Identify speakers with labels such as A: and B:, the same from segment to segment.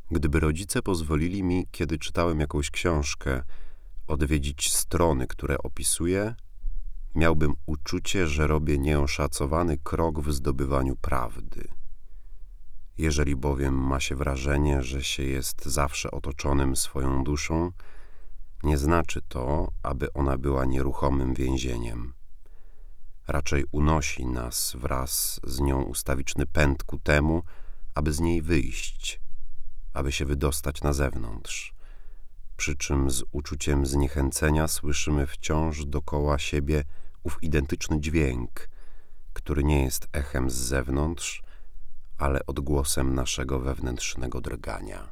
A: Gdyby rodzice pozwolili mi, kiedy czytałem jakąś książkę, odwiedzić strony, które opisuję, miałbym uczucie, że robię nieoszacowany krok w zdobywaniu prawdy. Jeżeli bowiem ma się wrażenie, że się jest zawsze otoczonym swoją duszą, nie znaczy to, aby ona była nieruchomym więzieniem. Raczej unosi nas wraz z nią ustawiczny pęd ku temu, aby z niej wyjść, aby się wydostać na zewnątrz, przy czym z uczuciem zniechęcenia słyszymy wciąż dokoła siebie ów identyczny dźwięk, który nie jest echem z zewnątrz, ale odgłosem naszego wewnętrznego drgania.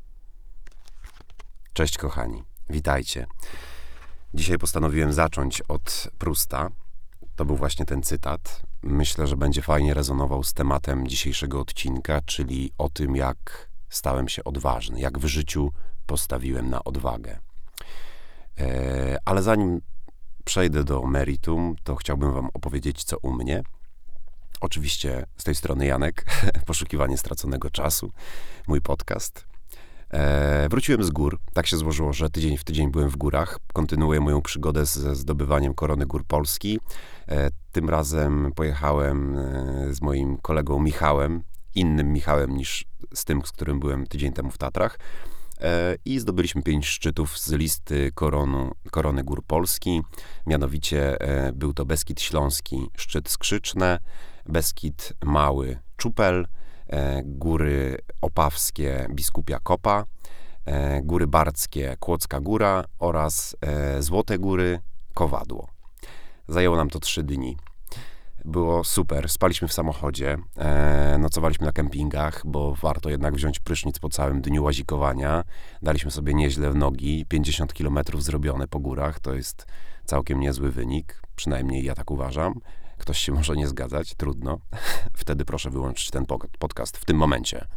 A: Cześć kochani, witajcie. Dzisiaj postanowiłem zacząć od Prousta. To był właśnie ten cytat. Myślę, że będzie fajnie rezonował z tematem dzisiejszego odcinka, czyli o tym, jak stałem się odważny, jak w życiu postawiłem na odwagę. Ale zanim przejdę do meritum, to chciałbym wam opowiedzieć, co u mnie. Oczywiście z tej strony Janek, Poszukiwanie straconego czasu, mój podcast. Wróciłem z gór. Tak się złożyło, że tydzień w tydzień byłem w górach. Kontynuuję moją przygodę ze zdobywaniem korony gór Polski. Tym razem pojechałem z moim kolegą Michałem, innym Michałem niż z tym, z którym byłem tydzień temu w Tatrach. I zdobyliśmy 5 szczytów z listy korony gór Polski. Mianowicie był to Beskid Śląski, szczyt Skrzyczne, Beskid Mały, Czupel, góry opawskie, Biskupia Kopa, góry bardzkie, Kłodzka Góra oraz Złote Góry, Kowadło. Zajęło nam to 3 dni. Było super, spaliśmy w samochodzie, nocowaliśmy na kempingach, bo warto jednak wziąć prysznic po całym dniu łazikowania. Daliśmy sobie nieźle w nogi, 50 km zrobione po górach, to jest całkiem niezły wynik, przynajmniej ja tak uważam. Ktoś się może nie zgadzać, trudno. Wtedy proszę wyłączyć ten podcast w tym momencie.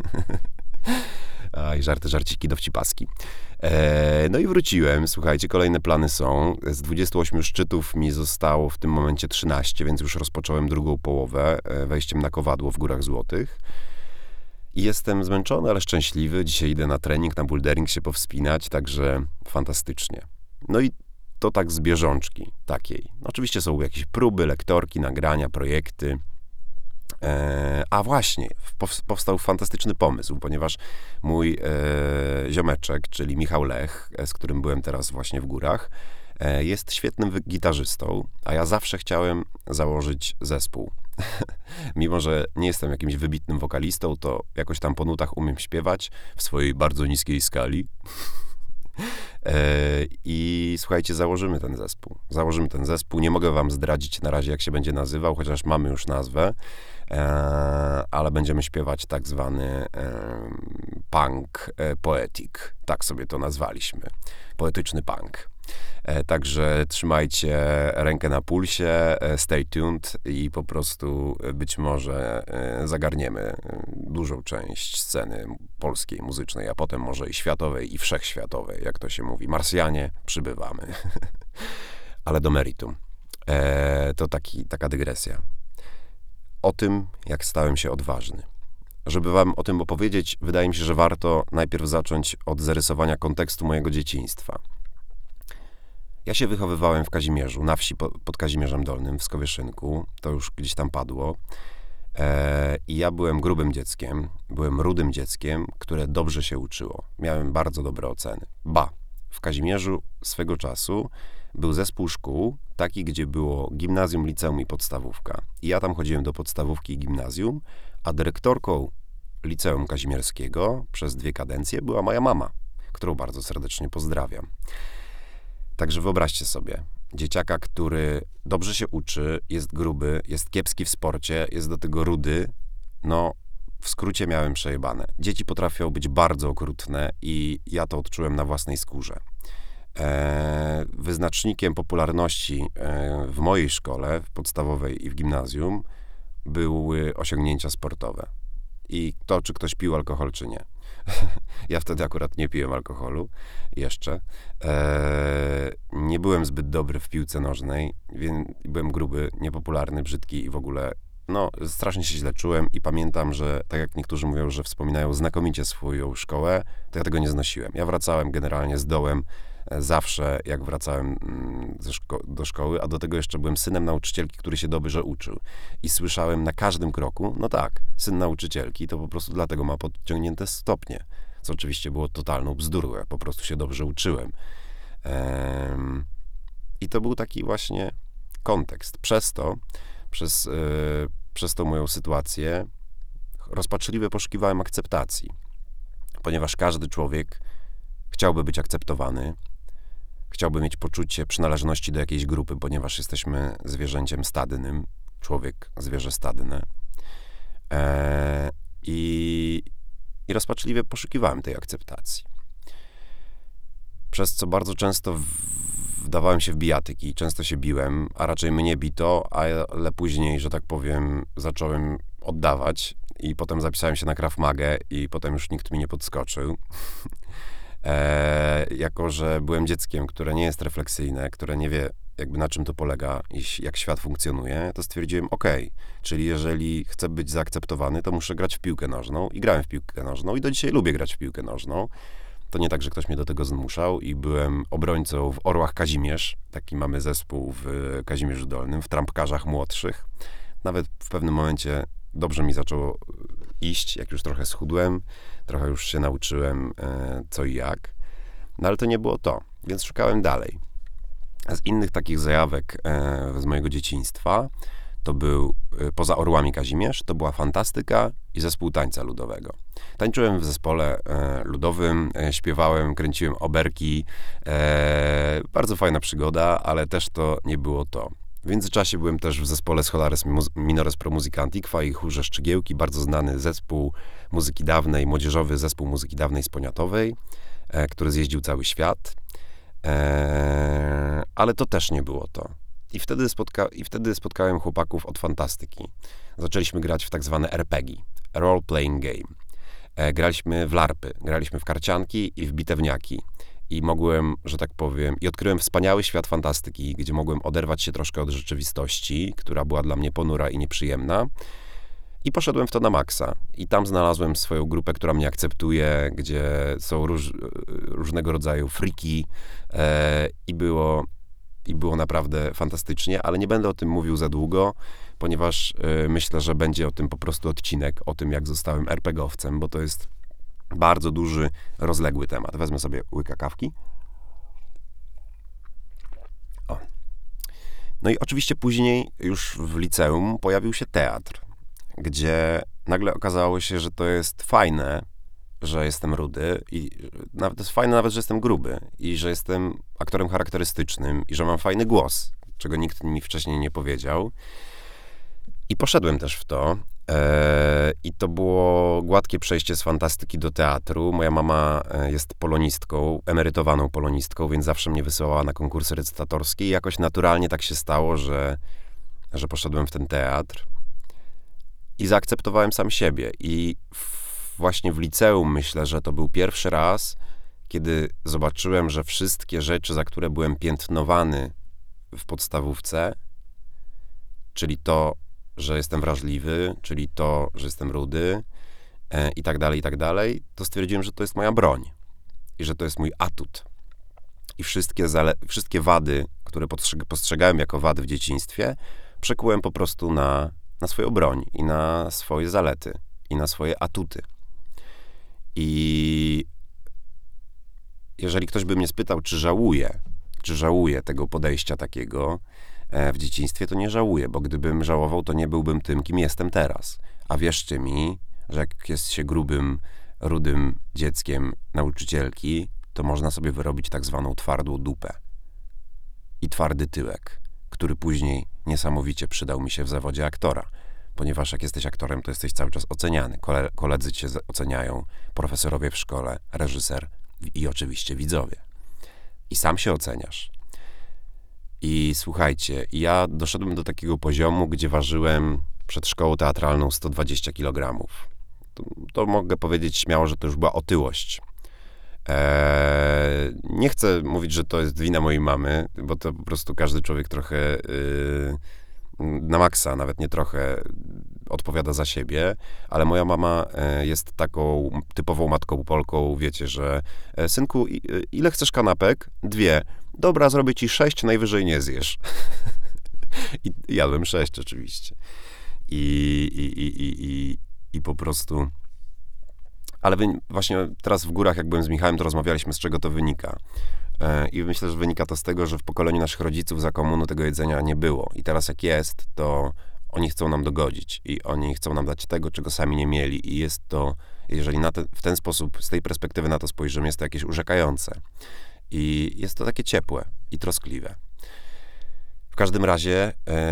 A: Aj, żarciki, dowcipaski. No i wróciłem. Słuchajcie, kolejne plany są. Z 28 szczytów mi zostało w tym momencie 13, więc już rozpocząłem drugą połowę wejściem na Kowadło w Górach Złotych. I jestem zmęczony, ale szczęśliwy. Dzisiaj idę na trening, na bouldering się powspinać, także fantastycznie. No i to tak z bieżączki takiej. Oczywiście są jakieś próby, lektorki, nagrania, projekty. A właśnie, powstał fantastyczny pomysł, ponieważ mój ziomeczek, czyli Michał Lech, z którym byłem teraz właśnie w górach, jest świetnym gitarzystą, a ja zawsze chciałem założyć zespół. Mimo że nie jestem jakimś wybitnym wokalistą, to jakoś tam po nutach umiem śpiewać w swojej bardzo niskiej skali. I słuchajcie, założymy ten zespół. Nie mogę wam zdradzić na razie, jak się będzie nazywał, chociaż mamy już nazwę, ale będziemy śpiewać tak zwany punk poetic. Tak sobie to nazwaliśmy. Poetyczny punk. Także trzymajcie rękę na pulsie, stay tuned i po prostu być może zagarniemy dużą część sceny polskiej, muzycznej, a potem może i światowej, i wszechświatowej, jak to się mówi. Marsjanie, przybywamy. Ale do meritum. To taka dygresja. O tym, jak stałem się odważny. Żeby wam o tym opowiedzieć, wydaje mi się, że warto najpierw zacząć od zarysowania kontekstu mojego dzieciństwa. Ja się wychowywałem w Kazimierzu, na wsi pod Kazimierzem Dolnym, w Skowieszynku. To już gdzieś tam padło. I ja byłem grubym dzieckiem, byłem rudym dzieckiem, które dobrze się uczyło. Miałem bardzo dobre oceny. W Kazimierzu swego czasu był zespół szkół, taki, gdzie było gimnazjum, liceum i podstawówka. I ja tam chodziłem do podstawówki i gimnazjum, a dyrektorką liceum kazimierskiego przez 2 kadencje była moja mama, którą bardzo serdecznie pozdrawiam. Także wyobraźcie sobie, dzieciaka, który dobrze się uczy, jest gruby, jest kiepski w sporcie, jest do tego rudy, no w skrócie miałem przejebane. Dzieci potrafią być bardzo okrutne i ja to odczułem na własnej skórze. Wyznacznikiem popularności w mojej szkole, w podstawowej i w gimnazjum, były osiągnięcia sportowe. I to, czy ktoś pił alkohol, czy nie. Ja wtedy akurat nie piłem alkoholu jeszcze. Nie byłem zbyt dobry w piłce nożnej, więc byłem gruby, niepopularny, brzydki i w ogóle no, strasznie się źle czułem i pamiętam, że tak jak niektórzy mówią, że wspominają znakomicie swoją szkołę, to ja tego nie znosiłem. Ja wracałem generalnie z dołem zawsze, jak wracałem do szkoły, a do tego jeszcze byłem synem nauczycielki, który się dobrze uczył. I słyszałem na każdym kroku, no tak, syn nauczycielki, to po prostu dlatego ma podciągnięte stopnie, co oczywiście było totalną bzdurą, ja po prostu się dobrze uczyłem. I to był taki właśnie kontekst. Przez tą moją sytuację rozpaczliwie poszukiwałem akceptacji, ponieważ każdy człowiek chciałby być akceptowany, chciałby mieć poczucie przynależności do jakiejś grupy, ponieważ jesteśmy zwierzęciem stadnym, człowiek, zwierzę stadne. I rozpaczliwie poszukiwałem tej akceptacji. Przez co bardzo często wdawałem się w bijatyki, często się biłem, a raczej mnie bito, ale później, że tak powiem, zacząłem oddawać i potem zapisałem się na Krav Magę i potem już nikt mi nie podskoczył. Jako że byłem dzieckiem, które nie jest refleksyjne, które nie wie jakby na czym to polega i jak świat funkcjonuje, to stwierdziłem, czyli jeżeli chcę być zaakceptowany, to muszę grać w piłkę nożną i grałem w piłkę nożną i do dzisiaj lubię grać w piłkę nożną. To nie tak, że ktoś mnie do tego zmuszał i byłem obrońcą w Orłach Kazimierz, taki mamy zespół w Kazimierzu Dolnym, w trampkarzach młodszych. Nawet w pewnym momencie dobrze mi zaczęło iść, jak już trochę schudłem, trochę już się nauczyłem co i jak. No ale to nie było to, więc szukałem dalej. Z innych takich zajawek z mojego dzieciństwa to był, poza Orłami Kazimierz, to była fantastyka i zespół tańca ludowego. Tańczyłem w zespole ludowym, śpiewałem, kręciłem oberki. Bardzo fajna przygoda, ale też to nie było to. W międzyczasie byłem też w zespole Scholares Minores Pro Musicanti i chórze Szczygiełki, bardzo znany zespół muzyki dawnej, młodzieżowy zespół muzyki dawnej z Poniatowej, który zjeździł cały świat. Ale to też nie było to. I wtedy spotkałem chłopaków od fantastyki. Zaczęliśmy grać w tak zwane RPG, Role Playing Game. Graliśmy w larpy, graliśmy w karcianki i w bitewniaki. I mogłem, że tak powiem, i odkryłem wspaniały świat fantastyki, gdzie mogłem oderwać się troszkę od rzeczywistości, która była dla mnie ponura i nieprzyjemna. I poszedłem w to na maksa. I tam znalazłem swoją grupę, która mnie akceptuje, gdzie są różnego rodzaju friki i było naprawdę fantastycznie, ale nie będę o tym mówił za długo, ponieważ myślę, że będzie o tym po prostu odcinek, o tym, jak zostałem RPGowcem, bo to jest bardzo duży, rozległy temat. Wezmę sobie łyka kawki. O. No i oczywiście później już w liceum pojawił się teatr, gdzie nagle okazało się, że to jest fajne, że jestem rudy i to jest fajne nawet, że jestem gruby i że jestem aktorem charakterystycznym i że mam fajny głos, czego nikt mi wcześniej nie powiedział. I poszedłem też w to i to było gładkie przejście z fantastyki do teatru. Moja mama jest polonistką, emerytowaną polonistką, więc zawsze mnie wysyłała na konkursy recytatorskie i jakoś naturalnie tak się stało, że poszedłem w ten teatr i zaakceptowałem sam siebie. I właśnie w liceum myślę, że to był pierwszy raz, kiedy zobaczyłem, że wszystkie rzeczy, za które byłem piętnowany w podstawówce, czyli to, że jestem wrażliwy, czyli to, że jestem rudy i tak dalej, to stwierdziłem, że to jest moja broń i że to jest mój atut. I wszystkie wady, które postrzegałem jako wady w dzieciństwie, przekułem po prostu na swoją broń i na swoje zalety i na swoje atuty. I jeżeli ktoś by mnie spytał, czy żałuję tego podejścia takiego w dzieciństwie, to nie żałuję, bo gdybym żałował, to nie byłbym tym, kim jestem teraz. A wierzcie mi, że jak jest się grubym, rudym dzieckiem nauczycielki, to można sobie wyrobić tak zwaną twardą dupę i twardy tyłek, który później niesamowicie przydał mi się w zawodzie aktora, ponieważ jak jesteś aktorem, to jesteś cały czas oceniany. Koledzy cię oceniają, profesorowie w szkole, reżyser i oczywiście widzowie. I sam się oceniasz. I słuchajcie, ja doszedłem do takiego poziomu, gdzie ważyłem przed szkołą teatralną 120 kg. To mogę powiedzieć śmiało, że to już była otyłość. Nie chcę mówić, że to jest wina mojej mamy, bo to po prostu każdy człowiek trochę na maksa, nawet nie trochę, odpowiada za siebie, ale moja mama jest taką typową matką Polką, wiecie, że synku, ile chcesz kanapek? 2. Dobra, zrobię ci 6, najwyżej nie zjesz. I jadłem 6 oczywiście. I po prostu... Ale właśnie teraz w górach, jak byłem z Michałem, to rozmawialiśmy, z czego to wynika. I myślę, że wynika to z tego, że w pokoleniu naszych rodziców za komuny tego jedzenia nie było. I teraz jak jest, to oni chcą nam dogodzić i oni chcą nam dać tego, czego sami nie mieli. I jest to, jeżeli w ten sposób, z tej perspektywy na to spojrzymy, jest to jakieś urzekające. I jest to takie ciepłe i troskliwe. W każdym razie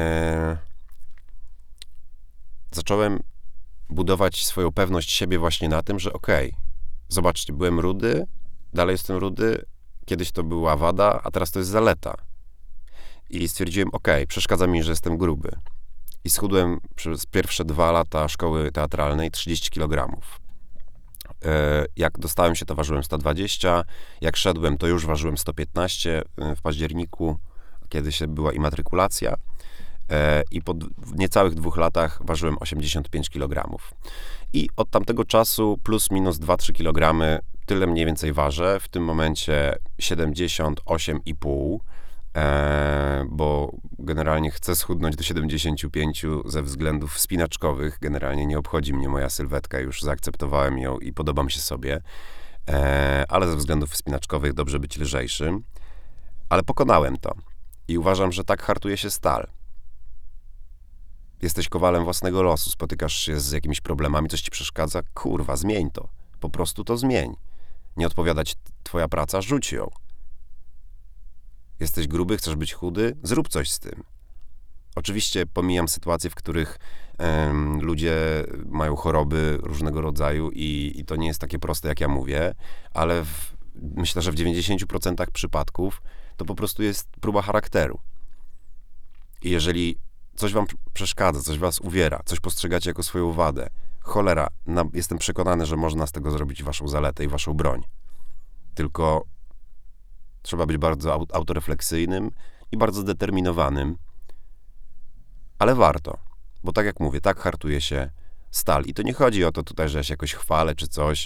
A: zacząłem budować swoją pewność siebie właśnie na tym, że zobaczcie, byłem rudy, dalej jestem rudy, kiedyś to była wada, a teraz to jest zaleta. I stwierdziłem, przeszkadza mi, że jestem gruby. I schudłem przez pierwsze 2 lata szkoły teatralnej 30 kg. Jak dostałem się, to ważyłem 120, jak szedłem, to już ważyłem 115 w październiku, kiedy się była imatrykulacja. I po niecałych 2 latach ważyłem 85 kg. I od tamtego czasu plus minus 2-3 kg, tyle mniej więcej ważę. W tym momencie 78,5, bo generalnie chcę schudnąć do 75 ze względów wspinaczkowych. Generalnie nie obchodzi mnie moja sylwetka, już zaakceptowałem ją i podobam się sobie. Ale ze względów wspinaczkowych dobrze być lżejszym. Ale pokonałem to. I uważam, że tak hartuje się stal. Jesteś kowalem własnego losu, spotykasz się z jakimiś problemami, coś ci przeszkadza, kurwa, zmień to. Po prostu to zmień. Nie odpowiada ci twoja praca, rzuć ją. Jesteś gruby, chcesz być chudy, zrób coś z tym. Oczywiście pomijam sytuacje, w których ludzie mają choroby różnego rodzaju i to nie jest takie proste, jak ja mówię, ale myślę, że w 90% przypadków to po prostu jest próba charakteru. I jeżeli coś wam przeszkadza, coś was uwiera, coś postrzegacie jako swoją wadę, cholera, jestem przekonany, że można z tego zrobić waszą zaletę i waszą broń. Tylko trzeba być bardzo autorefleksyjnym i bardzo zdeterminowanym, ale warto, bo tak jak mówię, tak hartuje się stal. I to nie chodzi o to tutaj, że ja się jakoś chwalę czy coś,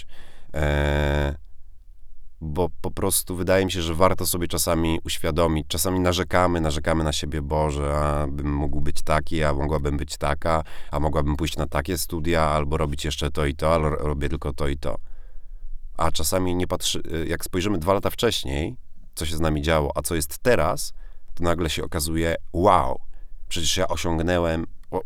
A: bo po prostu wydaje mi się, że warto sobie czasami uświadomić, czasami narzekamy na siebie, Boże, a bym mógł być taki, a mogłabym być taka, a mogłabym pójść na takie studia, albo robić jeszcze to i to, ale robię tylko to i to. A czasami jak spojrzymy 2 lata wcześniej, co się z nami działo, a co jest teraz, to nagle się okazuje, wow, przecież ja osiągnąłem,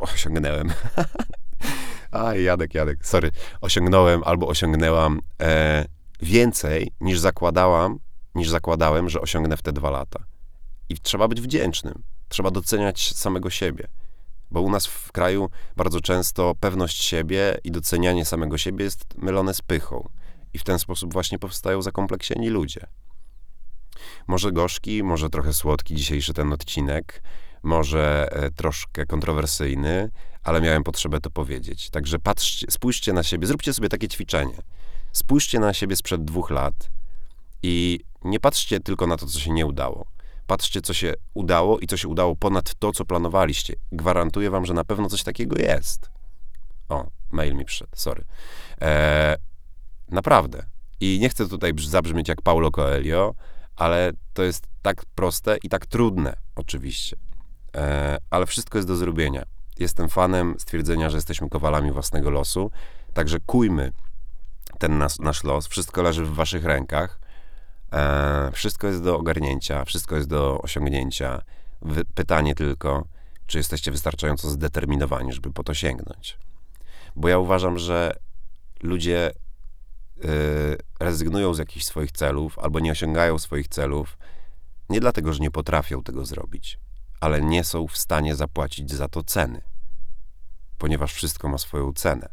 A: aj, Jadek, sorry, osiągnąłem albo osiągnęłam więcej niż zakładałem, że osiągnę w te 2 lata. I trzeba być wdzięcznym. Trzeba doceniać samego siebie. Bo u nas w kraju bardzo często pewność siebie i docenianie samego siebie jest mylone z pychą. I w ten sposób właśnie powstają zakompleksieni ludzie. Może gorzki, może trochę słodki dzisiejszy ten odcinek, może troszkę kontrowersyjny, ale miałem potrzebę to powiedzieć. Także spójrzcie na siebie, zróbcie sobie takie ćwiczenie. Spójrzcie na siebie sprzed 2 lat i nie patrzcie tylko na to, co się nie udało. Patrzcie, co się udało i co się udało ponad to, co planowaliście. Gwarantuję wam, że na pewno coś takiego jest. O, mail mi przyszedł, sorry. Naprawdę. I nie chcę tutaj zabrzmieć jak Paulo Coelho, ale to jest tak proste i tak trudne, oczywiście. Ale wszystko jest do zrobienia. Jestem fanem stwierdzenia, że jesteśmy kowalami własnego losu, także kujmy ten nasz los. Wszystko leży w waszych rękach. Wszystko jest do ogarnięcia, wszystko jest do osiągnięcia. Pytanie tylko, czy jesteście wystarczająco zdeterminowani, żeby po to sięgnąć. Bo ja uważam, że ludzie rezygnują z jakichś swoich celów albo nie osiągają swoich celów nie dlatego, że nie potrafią tego zrobić, ale nie są w stanie zapłacić za to ceny, ponieważ wszystko ma swoją cenę.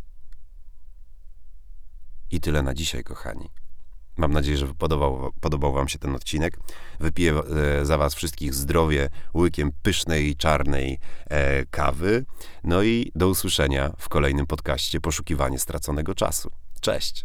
A: I tyle na dzisiaj, kochani. Mam nadzieję, że podobał wam się ten odcinek. Wypiję za was wszystkich zdrowie łykiem pysznej, czarnej kawy. No i do usłyszenia w kolejnym podcaście Poszukiwanie straconego czasu. Cześć!